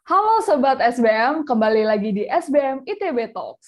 Halo Sobat SBM, kembali lagi di SBM ITB Talks.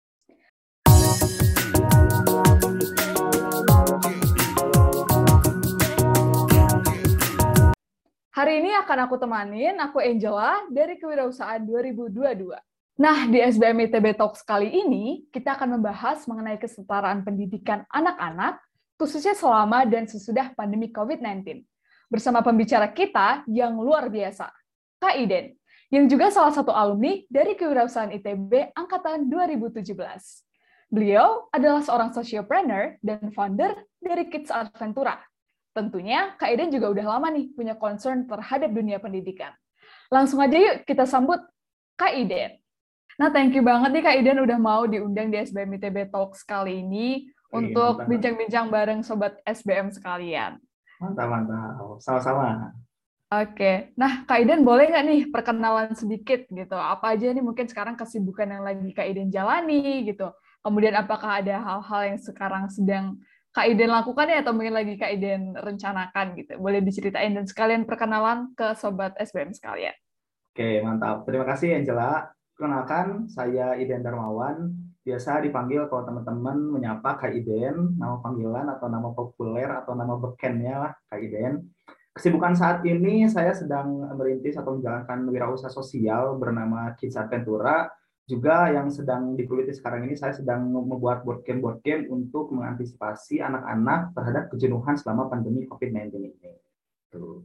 Hari ini akan aku temanin, aku Angela dari Kewirausahaan 2022. Nah, di SBM ITB Talks kali ini, kita akan membahas mengenai kesetaraan pendidikan anak-anak, khususnya selama dan sesudah pandemi COVID-19. Bersama pembicara kita yang luar biasa, Kak Iden, yang juga salah satu alumni dari Kewirausahaan ITB Angkatan 2017. Beliau adalah seorang sociopreneur dan founder dari Kids Adventura. Tentunya, Kak Iden juga udah lama nih punya concern terhadap dunia pendidikan. Langsung aja yuk kita sambut Kak Iden. Nah, thank you banget nih Kak Iden udah mau diundang di SBM ITB Talks kali ini untuk Mantap, bincang-bincang bareng Sobat SBM sekalian. mantap. Sama-sama. Oke, nah Kak Iden boleh nggak nih perkenalan sedikit gitu? Apa aja nih mungkin sekarang kesibukan yang lagi Kak Iden jalani gitu? Kemudian apakah ada hal-hal yang sekarang sedang Kak Iden lakukan ya atau mungkin lagi Kak Iden rencanakan gitu? Boleh diceritain dan sekalian perkenalan ke Sobat SBM sekalian. Oke, mantap. Terima kasih Angela. Kenalkan, saya Iden Darmawan. Biasa dipanggil kalau teman-teman menyapa Kak Iden, nama panggilan atau nama populer atau nama bekennya lah Kak Iden. Kesibukan saat ini saya sedang merintis atau menjalankan wirausaha sosial bernama Kids Adventura. Juga yang sedang digeluti sekarang ini saya sedang membuat board game untuk mengantisipasi anak-anak terhadap kejenuhan selama pandemi COVID-19 ini. Tuh.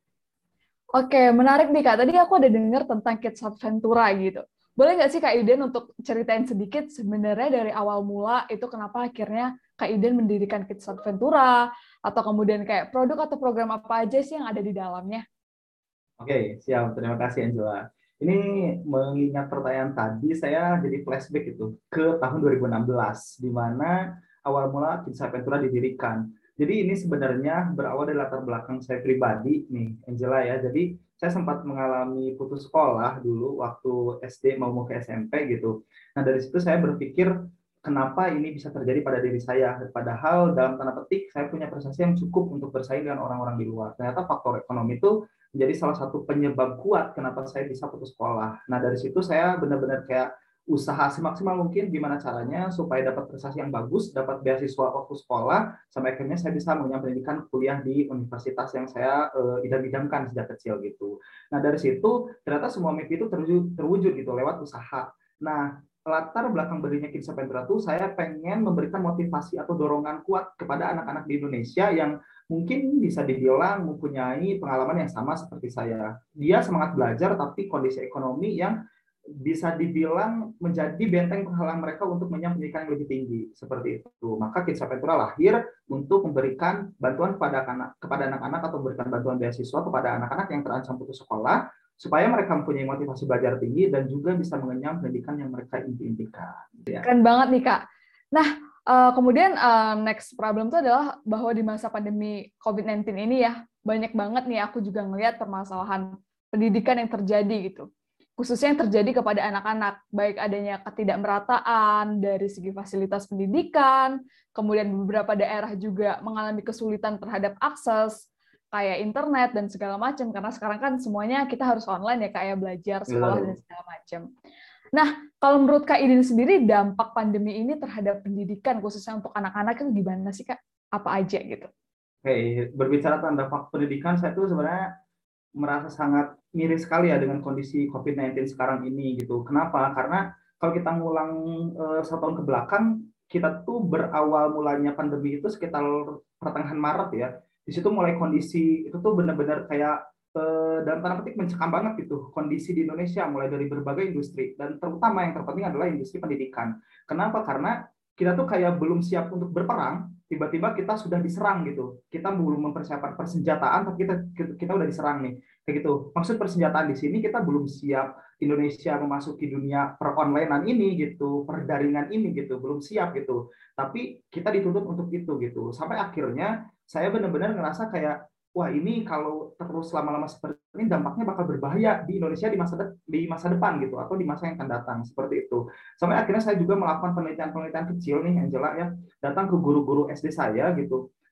Oke, menarik nih Kak. Tadi aku ada dengar tentang Kids Adventura gitu. Boleh nggak sih Kak Iden untuk ceritain sedikit sebenarnya dari awal mula itu kenapa akhirnya Kak Iden mendirikan Kids Adventura, atau kemudian kayak produk atau program apa aja sih yang ada di dalamnya? Oke, siap. Terima kasih Angela. Ini mengingat pertanyaan tadi, saya jadi flashback itu ke tahun 2016, di mana awal mula Kids Adventura didirikan. Jadi ini sebenarnya berawal dari latar belakang saya pribadi nih, Angela ya. Jadi saya sempat mengalami putus sekolah dulu waktu SD mau ke SMP gitu. Nah dari situ saya berpikir kenapa ini bisa terjadi pada diri saya. Padahal dalam tanda petik saya punya prestasi yang cukup untuk bersaing dengan orang-orang di luar. Ternyata faktor ekonomi itu menjadi salah satu penyebab kuat kenapa saya bisa putus sekolah. Nah dari situ saya benar-benar kayak usaha semaksimal mungkin gimana caranya supaya dapat prestasi yang bagus, dapat beasiswa waktu sekolah, sampai akhirnya saya bisa mengenyam pendidikan kuliah di universitas yang saya idam-idamkan sejak kecil gitu. Nah dari situ ternyata semua mimpi itu terwujud gitu lewat usaha. Nah latar belakang berdirinya Kids Adventura itu saya pengen memberikan motivasi atau dorongan kuat kepada anak-anak di Indonesia yang mungkin bisa dibilang mempunyai pengalaman yang sama seperti saya. Dia semangat belajar, tapi kondisi ekonomi yang bisa dibilang menjadi benteng penghalang mereka untuk mengenyam pendidikan yang lebih tinggi. Seperti itu. Maka Kids Adventura lahir untuk memberikan bantuan kepada anak-anak atau memberikan bantuan beasiswa kepada anak-anak yang terancam putus sekolah, supaya mereka mempunyai motivasi belajar tinggi dan juga bisa mengenyam pendidikan yang mereka impikan. Ya. Keren banget nih Kak. Nah, kemudian next problem itu adalah bahwa di masa pandemi COVID-19 ini ya, banyak banget nih aku juga ngelihat permasalahan pendidikan yang terjadi gitu. Khususnya yang terjadi kepada anak-anak, baik adanya ketidakmerataan dari segi fasilitas pendidikan, kemudian beberapa daerah juga mengalami kesulitan terhadap akses, kayak internet dan segala macam, karena sekarang kan semuanya kita harus online ya, kayak belajar, sekolah, dan segala macam. Nah, kalau menurut Kak Idin sendiri, dampak pandemi ini terhadap pendidikan, khususnya untuk anak-anak, itu gimana sih, Kak? Apa aja gitu? Oke, berbicara tentang dampak pendidikan, saya tuh sebenarnya merasa sangat miris sekali ya dengan kondisi COVID-19 sekarang ini gitu. Kenapa? Karena kalau kita ngulang 1 tahun ke belakang, kita tuh berawal mulanya pandemi itu sekitar pertengahan Maret ya. Di situ mulai kondisi itu tuh benar-benar kayak dalam tanda petik mencekam banget gitu kondisi di Indonesia mulai dari berbagai industri dan terutama yang terpenting adalah industri pendidikan. Kenapa? Karena kita tuh kayak belum siap untuk berperang, tiba-tiba kita sudah diserang gitu. Kita belum mempersiapkan persenjataan, tapi kita udah diserang nih. Kayak gitu. Maksud persenjataan di sini kita belum siap Indonesia memasuki dunia peronlinean ini gitu, perdaringan ini gitu, belum siap gitu. Tapi kita dituntut untuk itu gitu. Sampai akhirnya saya benar-benar ngerasa kayak wah ini kalau terus lama-lama seperti ini dampaknya bakal berbahaya di Indonesia di masa depan gitu atau di masa yang akan datang seperti itu. Sampai akhirnya saya juga melakukan penelitian-penelitian kecil nih Angela ya, datang ke guru-guru SD saya gitu.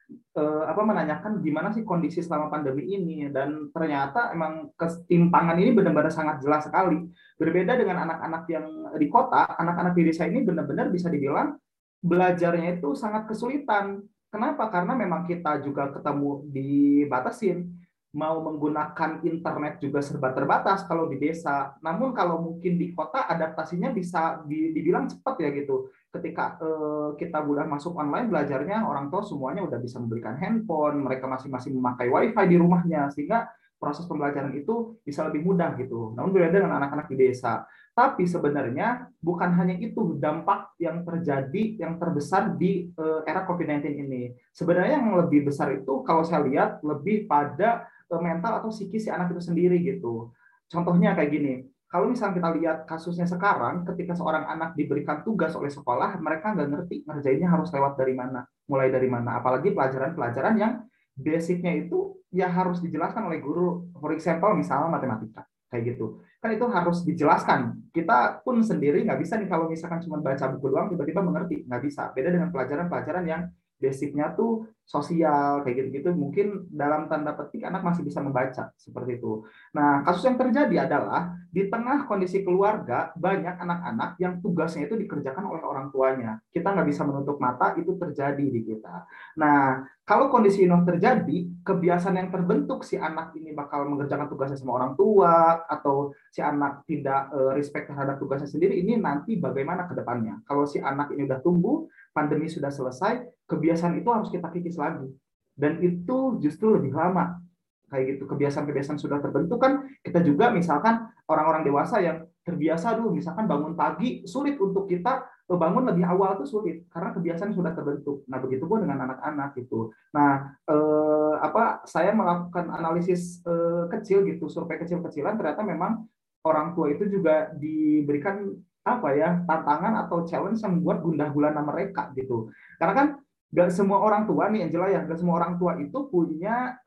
menanyakan gimana sih kondisi selama pandemi ini, dan ternyata emang ketimpangan ini benar-benar sangat jelas sekali. Berbeda dengan anak-anak yang di kota, anak-anak di desa ini benar-benar bisa dibilang belajarnya itu sangat kesulitan. Kenapa? Karena memang kita juga ketemu dibatasin, mau menggunakan internet juga serba terbatas kalau di desa. Namun kalau mungkin di kota adaptasinya bisa dibilang cepat ya gitu. Ketika kita udah masuk online belajarnya, orang tua semuanya udah bisa memberikan handphone, mereka masing-masing memakai wifi di rumahnya, sehingga proses pembelajaran itu bisa lebih mudah gitu. Namun berbeda dengan anak-anak di desa. Tapi sebenarnya bukan hanya itu dampak yang terjadi yang terbesar di era COVID-19 ini. Sebenarnya yang lebih besar itu kalau saya lihat lebih pada mental atau psikis si anak itu sendiri gitu. Contohnya kayak gini, kalau misalnya kita lihat kasusnya sekarang, ketika seorang anak diberikan tugas oleh sekolah, mereka nggak ngerti ngerjainnya harus lewat dari mana, mulai dari mana. Apalagi pelajaran-pelajaran yang basicnya itu ya harus dijelaskan oleh guru. For example, misalnya matematika, kayak gitu. Kan itu harus dijelaskan. Kita pun sendiri nggak bisa nih kalau misalkan cuma baca buku doang tiba-tiba mengerti, nggak bisa. Beda dengan pelajaran-pelajaran yang basicnya tuh sosial kayak gitu-gitu, mungkin dalam tanda petik anak masih bisa membaca seperti itu. Nah, kasus yang terjadi adalah di tengah kondisi keluarga banyak anak-anak yang tugasnya itu dikerjakan oleh orang tuanya. Kita nggak bisa menutup mata itu terjadi di kita. Nah, kalau kondisi ini terjadi, kebiasaan yang terbentuk si anak ini bakal mengerjakan tugasnya sama orang tua, atau si anak tidak respect terhadap tugasnya sendiri, ini nanti bagaimana ke depannya. Kalau si anak ini udah tumbuh, pandemi sudah selesai, kebiasaan itu harus kita kikis lagi. Dan itu justru lebih lama. Kayak gitu, kebiasaan-kebiasaan sudah terbentuk kan, kita juga misalkan orang-orang dewasa yang terbiasa dulu, misalkan bangun pagi, sulit untuk kita bangun lebih awal tuh sulit, karena kebiasaan sudah terbentuk. Nah, begitu pun dengan anak-anak gitu. Nah, saya melakukan analisis kecil gitu, survei kecil-kecilan, ternyata memang orang tua itu juga diberikan tantangan atau challenge yang membuat gundah gulana mereka gitu. Karena kan gak semua orang tua nih Angela ya, gak semua orang tua itu punya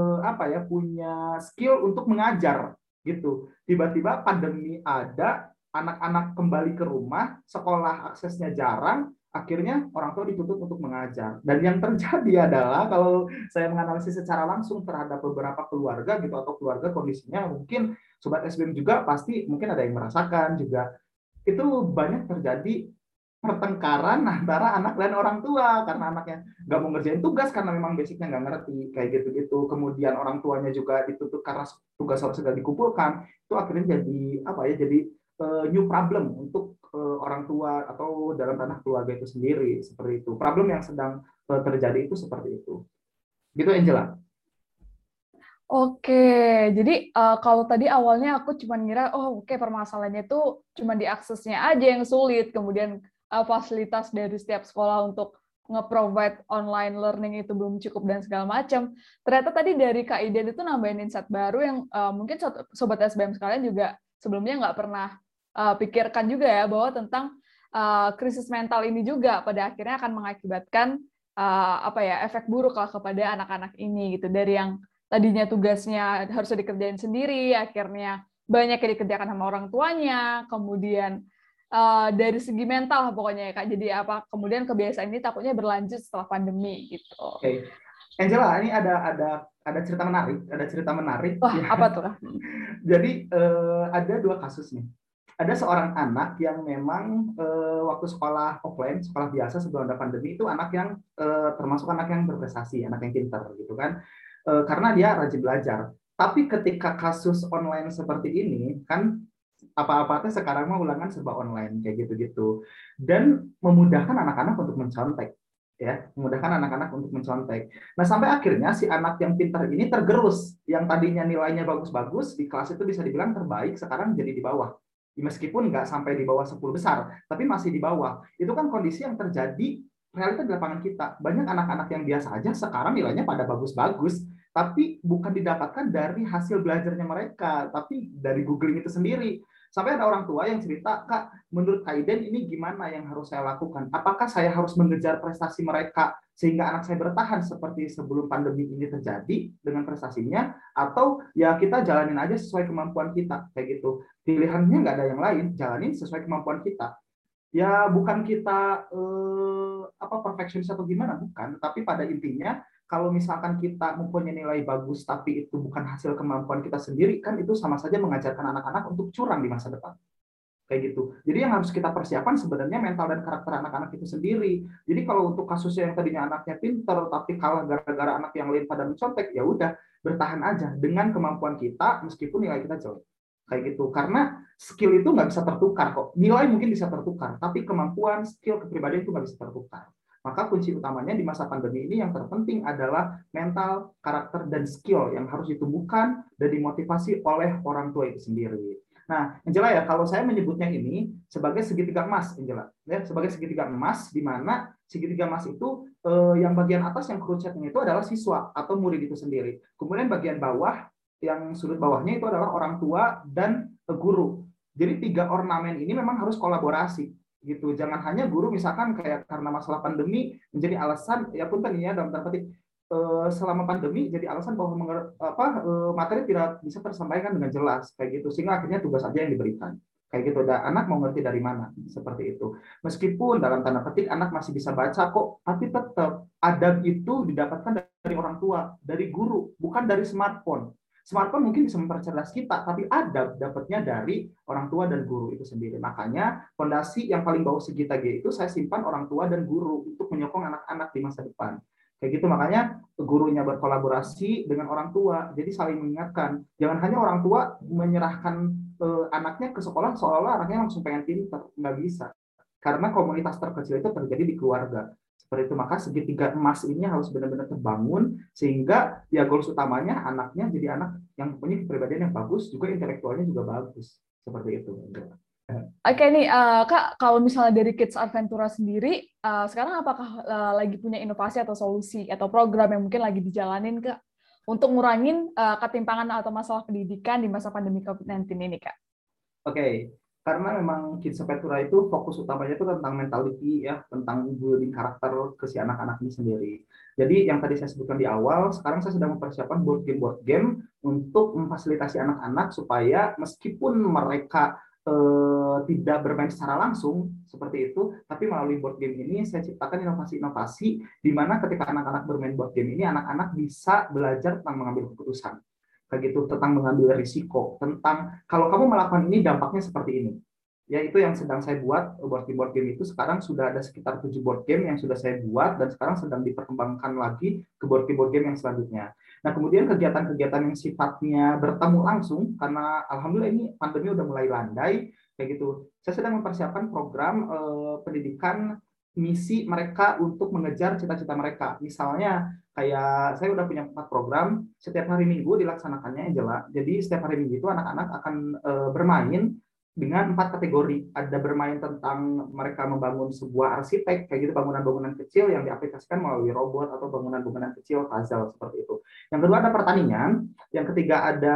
punya skill untuk mengajar gitu. Tiba-tiba pandemi ada, anak-anak kembali ke rumah, sekolah aksesnya jarang, akhirnya orang tua dituntut untuk mengajar. Dan yang terjadi adalah kalau saya menganalisis secara langsung terhadap beberapa keluarga gitu, atau keluarga kondisinya mungkin sobat SBM juga pasti mungkin ada yang merasakan juga, itu banyak terjadi pertengkaran antara anak dan orang tua karena anaknya nggak mau ngerjain tugas karena memang basicnya nggak ngerti kayak gitu-gitu. Kemudian orang tuanya juga dituntut karena tugas harus segera dikumpulkan. Itu akhirnya jadi new problem untuk orang tua atau dalam ranah keluarga itu sendiri, seperti itu. Problem yang sedang terjadi itu seperti itu. Gitu Angela. Oke, jadi kalau tadi awalnya aku cuma ngira, permasalahannya itu cuma diaksesnya aja yang sulit, kemudian fasilitas dari setiap sekolah untuk nge-provide online learning itu belum cukup dan segala macam. Ternyata tadi dari Kak Iden itu nambahin insight baru yang mungkin Sobat SBM sekalian juga sebelumnya nggak pernah pikirkan juga ya, bahwa tentang krisis mental ini juga pada akhirnya akan mengakibatkan efek buruk lah kepada anak-anak ini gitu, dari yang tadinya tugasnya harusnya dikerjain sendiri, akhirnya banyak yang dikerjakan sama orang tuanya, kemudian dari segi mental pokoknya ya Kak. Jadi kemudian kebiasaan ini takutnya berlanjut setelah pandemi gitu. Oke. Angela, ini ada cerita menarik. Wah, ya. apa tuh Kak? Jadi ada dua kasus nih. Ada seorang anak yang memang waktu sekolah offline, sekolah biasa sebelum ada pandemi, itu anak yang termasuk anak yang berprestasi, anak yang pintar gitu kan. Karena dia rajin belajar. Tapi ketika kasus online seperti ini, kan apa-apa sekarang mah ulangan serba online kayak gitu-gitu. Dan memudahkan anak-anak untuk mencontek. Ya, memudahkan anak-anak untuk mencontek. Nah, sampai akhirnya si anak yang pintar ini tergerus. Yang tadinya nilainya bagus-bagus, di kelas itu bisa dibilang terbaik, sekarang jadi di bawah. Meskipun nggak sampai di bawah 10 besar, tapi masih di bawah. Itu kan kondisi yang terjadi realita di lapangan kita. Banyak anak-anak yang biasa aja sekarang nilainya pada bagus-bagus, tapi bukan didapatkan dari hasil belajarnya mereka, tapi dari googling itu sendiri. Sampai ada orang tua yang cerita, Kak, menurut Kak Iden ini gimana yang harus saya lakukan? Apakah saya harus mengejar prestasi mereka sehingga anak saya bertahan seperti sebelum pandemi ini terjadi dengan prestasinya, atau ya kita jalanin aja sesuai kemampuan kita, kayak gitu. Pilihannya nggak ada yang lain, jalanin sesuai kemampuan kita. Ya bukan kita perfeksionis atau gimana, bukan, tapi pada intinya kalau misalkan kita mempunyai nilai bagus tapi itu bukan hasil kemampuan kita sendiri, kan itu sama saja mengajarkan anak-anak untuk curang di masa depan. Kayak gitu. Jadi yang harus kita persiapkan sebenarnya mental dan karakter anak-anak itu sendiri. Jadi kalau untuk kasusnya yang tadinya anaknya pinter tapi kalah gara-gara anak yang lain pada mencontek, ya udah bertahan aja dengan kemampuan kita meskipun nilai kita jelek. Kayak gitu. Karena skill itu nggak bisa tertukar kok. Nilai mungkin bisa tertukar, tapi kemampuan, skill, kepribadian itu nggak bisa tertukar. Maka kunci utamanya di masa pandemi ini yang terpenting adalah mental, karakter, dan skill yang harus ditumbuhkan dan dimotivasi oleh orang tua itu sendiri. Nah, Angela ya, kalau saya menyebutnya ini sebagai segitiga emas, Angela, ya, sebagai segitiga emas, di mana segitiga emas itu yang bagian atas yang kerucutnya itu adalah siswa atau murid itu sendiri. Kemudian bagian bawah, yang sudut bawahnya itu adalah orang tua dan guru. Jadi 3 ornamen ini memang harus kolaborasi gitu. Jangan hanya guru misalkan kayak karena masalah pandemi menjadi alasan, ya pun tadinya dalam tanda petik selama pandemi jadi alasan bahwa materi tidak bisa tersampaikan dengan jelas kayak gitu, sehingga akhirnya tugas aja yang diberikan kayak gitu. Dan anak mau ngerti dari mana seperti itu, meskipun dalam tanda petik anak masih bisa baca kok, tapi tetap adab itu didapatkan dari orang tua, dari guru, bukan dari smartphone. Smartphone mungkin bisa mempercerdas kita, tapi adab dapatnya dari orang tua dan guru itu sendiri. Makanya fondasi yang paling bawah segitiga itu saya simpan orang tua dan guru untuk menyokong anak-anak di masa depan. Kayak gitu, makanya gurunya berkolaborasi dengan orang tua, jadi saling mengingatkan. Jangan hanya orang tua menyerahkan anaknya ke sekolah seolah-olah anaknya langsung pengen pintar, nggak bisa. Karena komunitas terkecil itu terjadi di keluarga. Seperti itu, maka segitiga emas ini harus benar-benar terbangun sehingga ya goals utamanya anaknya jadi anak yang punya kepribadian yang bagus, juga intelektualnya juga bagus. Seperti itu. Oke nih, Kak, kalau misalnya dari Kids Adventura sendiri, sekarang apakah lagi punya inovasi atau solusi atau program yang mungkin lagi dijalanin, Kak, untuk ngurangin ketimpangan atau masalah pendidikan di masa pandemi COVID-19 ini, Kak? Oke, karena memang Kids Adventura itu fokus utamanya itu tentang mentality ya, tentang building karakter ke si anak-anak ini sendiri. Jadi yang tadi saya sebutkan di awal, sekarang saya sedang mempersiapkan board game untuk memfasilitasi anak-anak supaya meskipun mereka tidak bermain secara langsung seperti itu, tapi melalui board game ini saya ciptakan inovasi-inovasi di mana ketika anak-anak bermain board game ini, anak-anak bisa belajar tentang mengambil keputusan, kayak gitu, tentang mengambil risiko, tentang kalau kamu melakukan ini dampaknya seperti ini. Ya, itu yang sedang saya buat. Board game itu sekarang sudah ada sekitar 7 board game yang sudah saya buat dan sekarang sedang diperkembangkan lagi ke board game yang selanjutnya. Nah, kemudian kegiatan-kegiatan yang sifatnya bertemu langsung, karena alhamdulillah ini pandemi udah mulai landai kayak gitu. Saya sedang mempersiapkan program pendidikan misi mereka untuk mengejar cita-cita mereka. Misalnya kayak saya udah punya 4 program, setiap hari Minggu dilaksanakannya, Angela. Jadi setiap hari Minggu itu anak-anak akan bermain dengan 4 kategori. Ada bermain tentang mereka membangun sebuah arsitek, kayak gitu, bangunan-bangunan kecil yang diaplikasikan melalui robot, atau bangunan-bangunan kecil puzzle seperti itu. Yang kedua ada pertanian, yang ketiga ada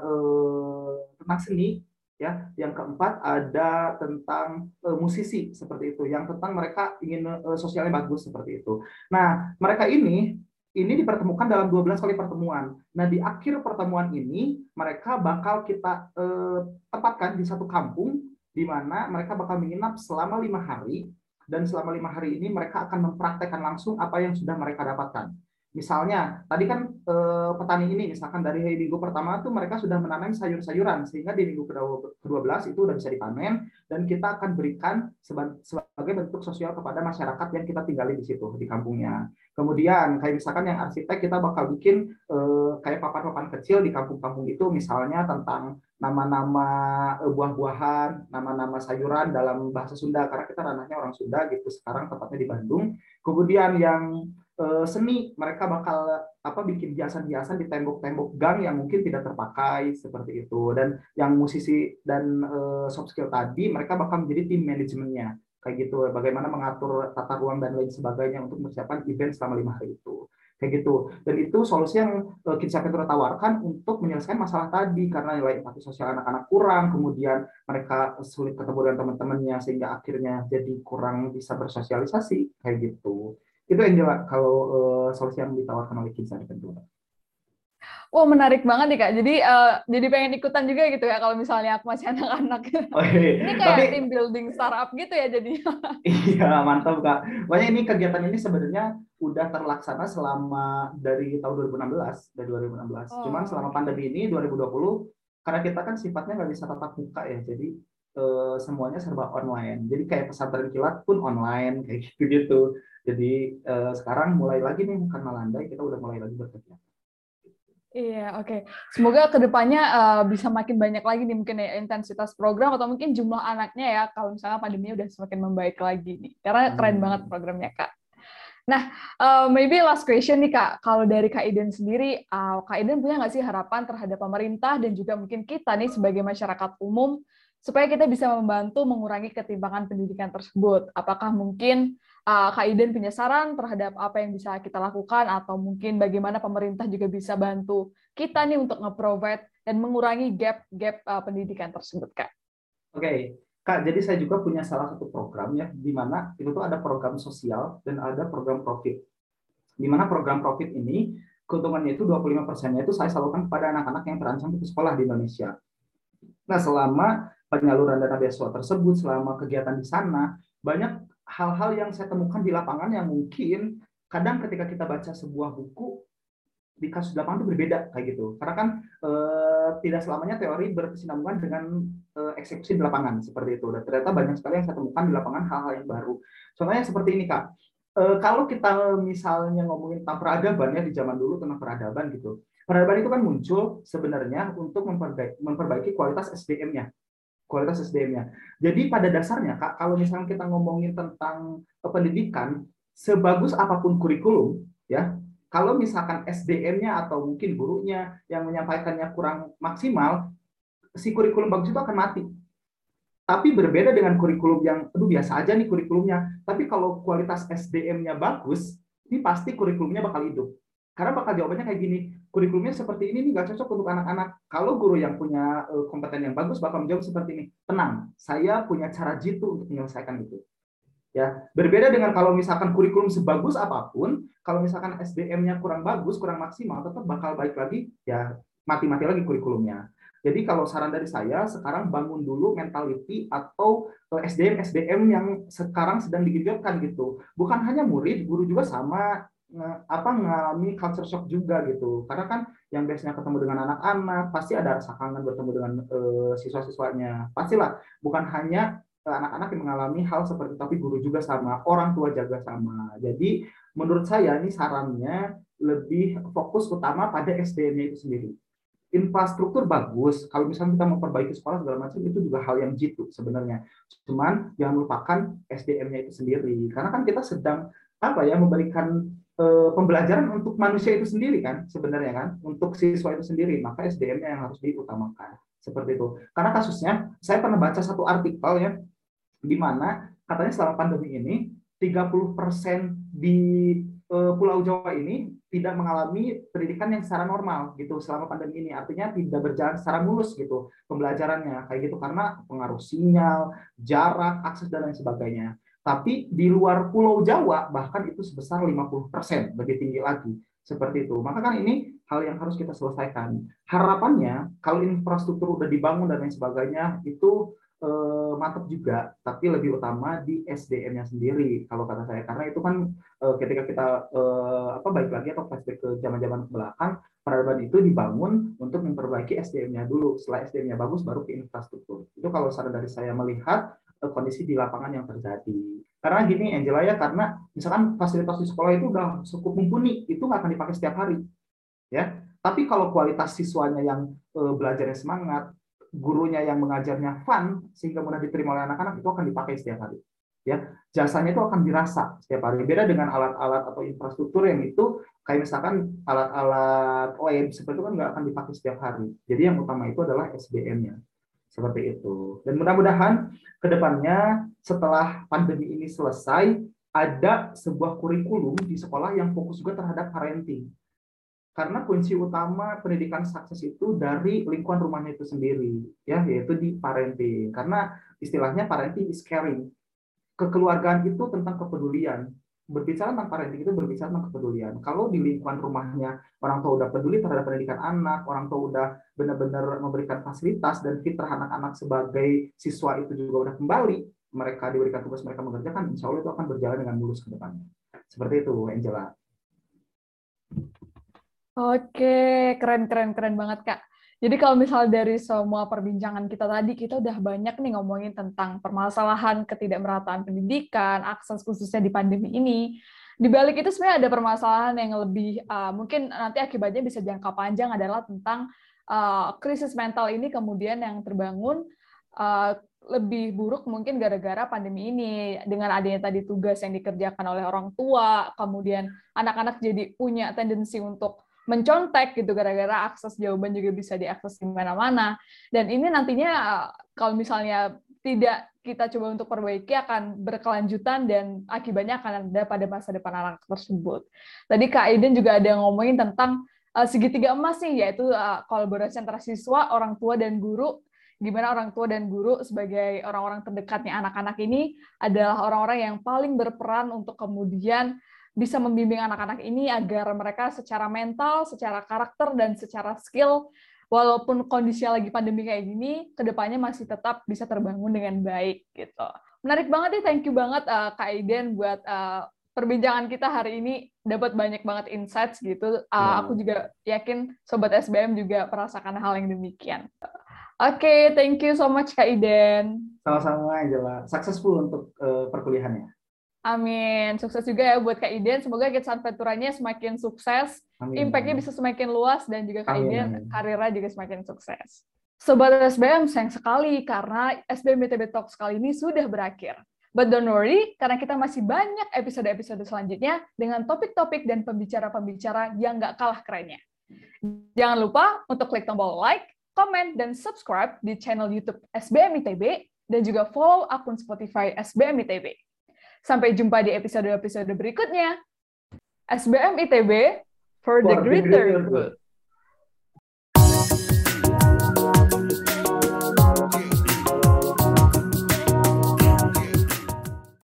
tentang seni, ya. Yang keempat ada tentang musisi seperti itu, yang tentang mereka ingin sosialnya bagus seperti itu. Nah, mereka ini dipertemukan dalam 12 kali pertemuan. Nah, di akhir pertemuan ini mereka bakal kita tempatkan di satu kampung di mana mereka bakal menginap selama 5 hari, dan selama 5 hari ini mereka akan mempraktekkan langsung apa yang sudah mereka dapatkan. Misalnya, tadi kan petani ini, misalkan dari minggu pertama tuh mereka sudah menanam sayur-sayuran, sehingga di minggu ke-12 itu udah bisa dipanen, dan kita akan berikan sebagai bentuk sosial kepada masyarakat yang kita tinggali di situ, di kampungnya. Kemudian, kayak misalkan yang arsitek, kita bakal bikin kayak papan-papan kecil di kampung-kampung itu, misalnya tentang nama-nama buah-buahan, nama-nama sayuran dalam bahasa Sunda, karena kita ranahnya orang Sunda gitu, sekarang tepatnya di Bandung. Kemudian yang seni, mereka bakal bikin hiasan-hiasan di tembok-tembok gang yang mungkin tidak terpakai seperti itu. Dan yang musisi dan soft skill tadi, mereka bakal menjadi tim manajemennya kayak gitu, bagaimana mengatur tata ruang dan lain sebagainya untuk mempersiapkan event selama 5 hari itu kayak gitu. Dan itu solusi yang Kids Adventura tawarkan untuk menyelesaikan masalah tadi, karena nilai empati sosial anak-anak kurang, kemudian mereka sulit ketemu dengan teman-temannya sehingga akhirnya jadi kurang bisa bersosialisasi kayak gitu. Itu yang jelas kalau solusi yang ditawarkan oleh Kids Adventura. Wah, menarik banget nih, Kak. Jadi pengen ikutan juga gitu ya kalau misalnya aku masih anak-anak. Oke, Ini tapi kayak team building startup gitu ya jadinya. iya, mantap Kak. Makanya ini kegiatan ini sebenarnya udah terlaksana selama dari tahun 2016, dari 2016. Cuman Oh, selama oke. pandemi ini 2020, karena kita kan sifatnya nggak bisa tatap muka ya, jadi semuanya serba online. Jadi kayak pesantren kilat pun online, kayak gitu-gitu. Jadi sekarang mulai lagi nih, karena landai, kita udah mulai lagi berkegiatan. Iya, oke. Semoga kedepannya bisa makin banyak lagi nih mungkin ya intensitas program atau mungkin jumlah anaknya ya kalau misalnya pandeminya udah semakin membaik lagi nih. Karena keren banget Amin. programnya, Kak. Nah, maybe last question nih, Kak. Kalau dari Kak Iden sendiri, Kak Iden punya nggak sih harapan terhadap pemerintah dan juga mungkin kita nih sebagai masyarakat umum supaya kita bisa membantu mengurangi ketimpangan pendidikan tersebut? Apakah mungkin Kak Iden punya saran terhadap apa yang bisa kita lakukan atau mungkin bagaimana pemerintah juga bisa bantu kita nih untuk nge-provide dan mengurangi gap-gap pendidikan tersebut, Kak? Oke, Kak, jadi saya juga punya salah satu program ya, di mana itu tuh ada program sosial dan ada program profit. Di mana program profit ini keuntungannya itu 25%-nya itu saya salurkan kepada anak-anak yang terancam putus sekolah di Indonesia. Nah, selama penyaluran dana beasiswa tersebut, selama kegiatan di sana, banyak hal-hal yang saya temukan di lapangan yang mungkin kadang ketika kita baca sebuah buku di kasus di lapangan itu berbeda kayak gitu. Karena kan tidak selamanya teori berkesinambungan dengan eksekusi di lapangan seperti itu. Dan ternyata banyak sekali yang saya temukan di lapangan hal-hal yang baru. Contohnya seperti ini Kak. Kalau kita misalnya ngomongin tentang peradaban ya di zaman dulu tentang peradaban gitu. Peradaban itu kan muncul sebenarnya untuk memperbaiki kualitas SDM-nya. Kualitas SDM-nya. Jadi pada dasarnya Kak, kalau misalnya kita ngomongin tentang pendidikan, sebagus apapun kurikulum, ya, kalau misalkan SDM-nya atau mungkin gurunya yang menyampaikannya kurang maksimal, si kurikulum bagus itu akan mati. Tapi berbeda dengan kurikulum yang, aduh biasa aja nih kurikulumnya. Tapi kalau kualitas SDM-nya bagus, ini pasti kurikulumnya bakal hidup. Karena bakal jawabannya kayak gini, kurikulumnya seperti ini nih nggak cocok untuk anak-anak. Kalau guru yang punya kompeten yang bagus bakal menjawab seperti ini, tenang, saya punya cara jitu untuk menyelesaikan itu. Ya, berbeda dengan kalau misalkan kurikulum sebagus apapun, kalau misalkan SDM-nya kurang bagus, kurang maksimal, tetap bakal baik lagi, ya mati-mati lagi kurikulumnya. Jadi kalau saran dari saya, sekarang bangun dulu mentality atau SDM-SDM yang sekarang sedang digenjotkan gitu. Bukan hanya murid, guru juga sama mengalami culture shock juga gitu. Karena kan yang biasanya ketemu dengan anak-anak, pasti ada rasa kangen bertemu dengan siswa-siswanya. Pastilah, bukan hanya anak-anak yang mengalami hal seperti itu, tapi guru juga sama, orang tua jaga sama. Jadi menurut saya ini sarannya lebih fokus utama pada SDM-nya itu sendiri. Infrastruktur bagus, kalau misalnya kita memperbaiki sekolah segala macam itu juga hal yang jitu sebenarnya. Cuman jangan lupakan SDM-nya itu sendiri, karena kan kita sedang memberikan pembelajaran untuk manusia itu sendiri kan sebenarnya kan, untuk siswa itu sendiri, maka SDM-nya yang harus diutamakan seperti itu. Karena kasusnya saya pernah baca satu artikel ya, di mana katanya selama pandemi ini 30% di Pulau Jawa ini tidak mengalami pendidikan yang secara normal gitu selama pandemi ini. Artinya tidak berjalan secara mulus gitu pembelajarannya kayak gitu karena pengaruh sinyal, jarak, akses dan lain sebagainya. Tapi di luar Pulau Jawa bahkan itu sebesar 50%, lebih tinggi lagi seperti itu. Maka kan ini hal yang harus kita selesaikan. Harapannya kalau infrastruktur udah dibangun dan lain sebagainya itu mantap juga, tapi lebih utama di SDM-nya sendiri kalau kata saya, karena itu kan ketika kita balik lagi atau flashback ke zaman-zaman belakang, peradaban itu dibangun untuk memperbaiki SDM-nya dulu, setelah SDM-nya bagus baru ke infrastruktur. Itu kalau saran dari saya melihat kondisi di lapangan yang terjadi. Karena gini Angela ya, karena misalkan fasilitas di sekolah itu udah cukup mumpuni, itu nggak akan dipakai setiap hari ya. Tapi kalau kualitas siswanya yang belajarnya semangat, gurunya yang mengajarnya fun sehingga mudah diterima oleh anak-anak, itu akan dipakai setiap hari. Ya, jasanya itu akan dirasa setiap hari. Beda dengan alat-alat atau infrastruktur yang itu kayak misalkan alat-alat OEM seperti itu kan nggak akan dipakai setiap hari. Jadi yang utama itu adalah SDM-nya. Seperti itu. Dan mudah-mudahan ke depannya setelah pandemi ini selesai, ada sebuah kurikulum di sekolah yang fokus juga terhadap parenting. Karena kunci utama pendidikan sukses itu dari lingkungan rumahnya itu sendiri, ya, yaitu di parenting. Karena istilahnya parenting is caring. Kekeluargaan itu tentang kepedulian, berbicara tentang parenting itu berbicara tentang kepedulian. Kalau di lingkungan rumahnya orang tua udah peduli terhadap pendidikan anak, orang tua udah benar-benar memberikan fasilitas dan fitrah anak-anak sebagai siswa itu juga udah kembali, mereka diberikan tugas mereka mengerjakan, insya Allah itu akan berjalan dengan mulus ke depannya. Seperti itu, Angela. Oke, keren banget, Kak. Jadi kalau misal dari semua perbincangan kita tadi, kita udah banyak nih ngomongin tentang permasalahan ketidakmerataan pendidikan, akses khususnya di pandemi ini. Di balik itu sebenarnya ada permasalahan yang lebih, mungkin nanti akibatnya bisa jangka panjang adalah tentang krisis mental ini kemudian yang terbangun lebih buruk mungkin gara-gara pandemi ini. Dengan adanya tadi tugas yang dikerjakan oleh orang tua, kemudian anak-anak jadi punya tendensi untuk mencontek gitu gara-gara akses jawaban juga bisa diakses di mana-mana. Dan ini nantinya kalau misalnya tidak kita coba untuk perbaiki akan berkelanjutan dan akibatnya akan ada pada masa depan anak tersebut. Tadi Kak Aiden juga ada ngomongin tentang segitiga emas nih, yaitu kolaborasi antara siswa, orang tua, dan guru. Gimana orang tua dan guru sebagai orang-orang terdekatnya anak-anak ini adalah orang-orang yang paling berperan untuk kemudian bisa membimbing anak-anak ini agar mereka secara mental, secara karakter, dan secara skill, walaupun kondisinya lagi pandemi kayak gini, kedepannya masih tetap bisa terbangun dengan baik. Gitu. Menarik banget nih, thank you banget Kak Aiden buat perbincangan kita hari ini, dapat banyak banget insights gitu. Aku juga yakin Sobat SBM juga merasakan hal yang demikian. Oke, thank you so much Kak Aiden. Sama-sama, Angela. Successful untuk perkuliahannya. Amin. Sukses juga ya buat Kak Iden. Semoga Kids Adventuranya semakin sukses, impact-nya bisa semakin luas, dan juga Kak Iden karirnya juga semakin sukses. Sobat SBM, sayang sekali karena SBM ITB Talks kali ini sudah berakhir. But don't worry, karena kita masih banyak episode-episode selanjutnya dengan topik-topik dan pembicara-pembicara yang nggak kalah kerennya. Jangan lupa untuk klik tombol like, komen, dan subscribe di channel YouTube SBM ITB, dan juga follow akun Spotify SBM ITB. Sampai jumpa di episode-episode berikutnya. SBM ITB for the greater good.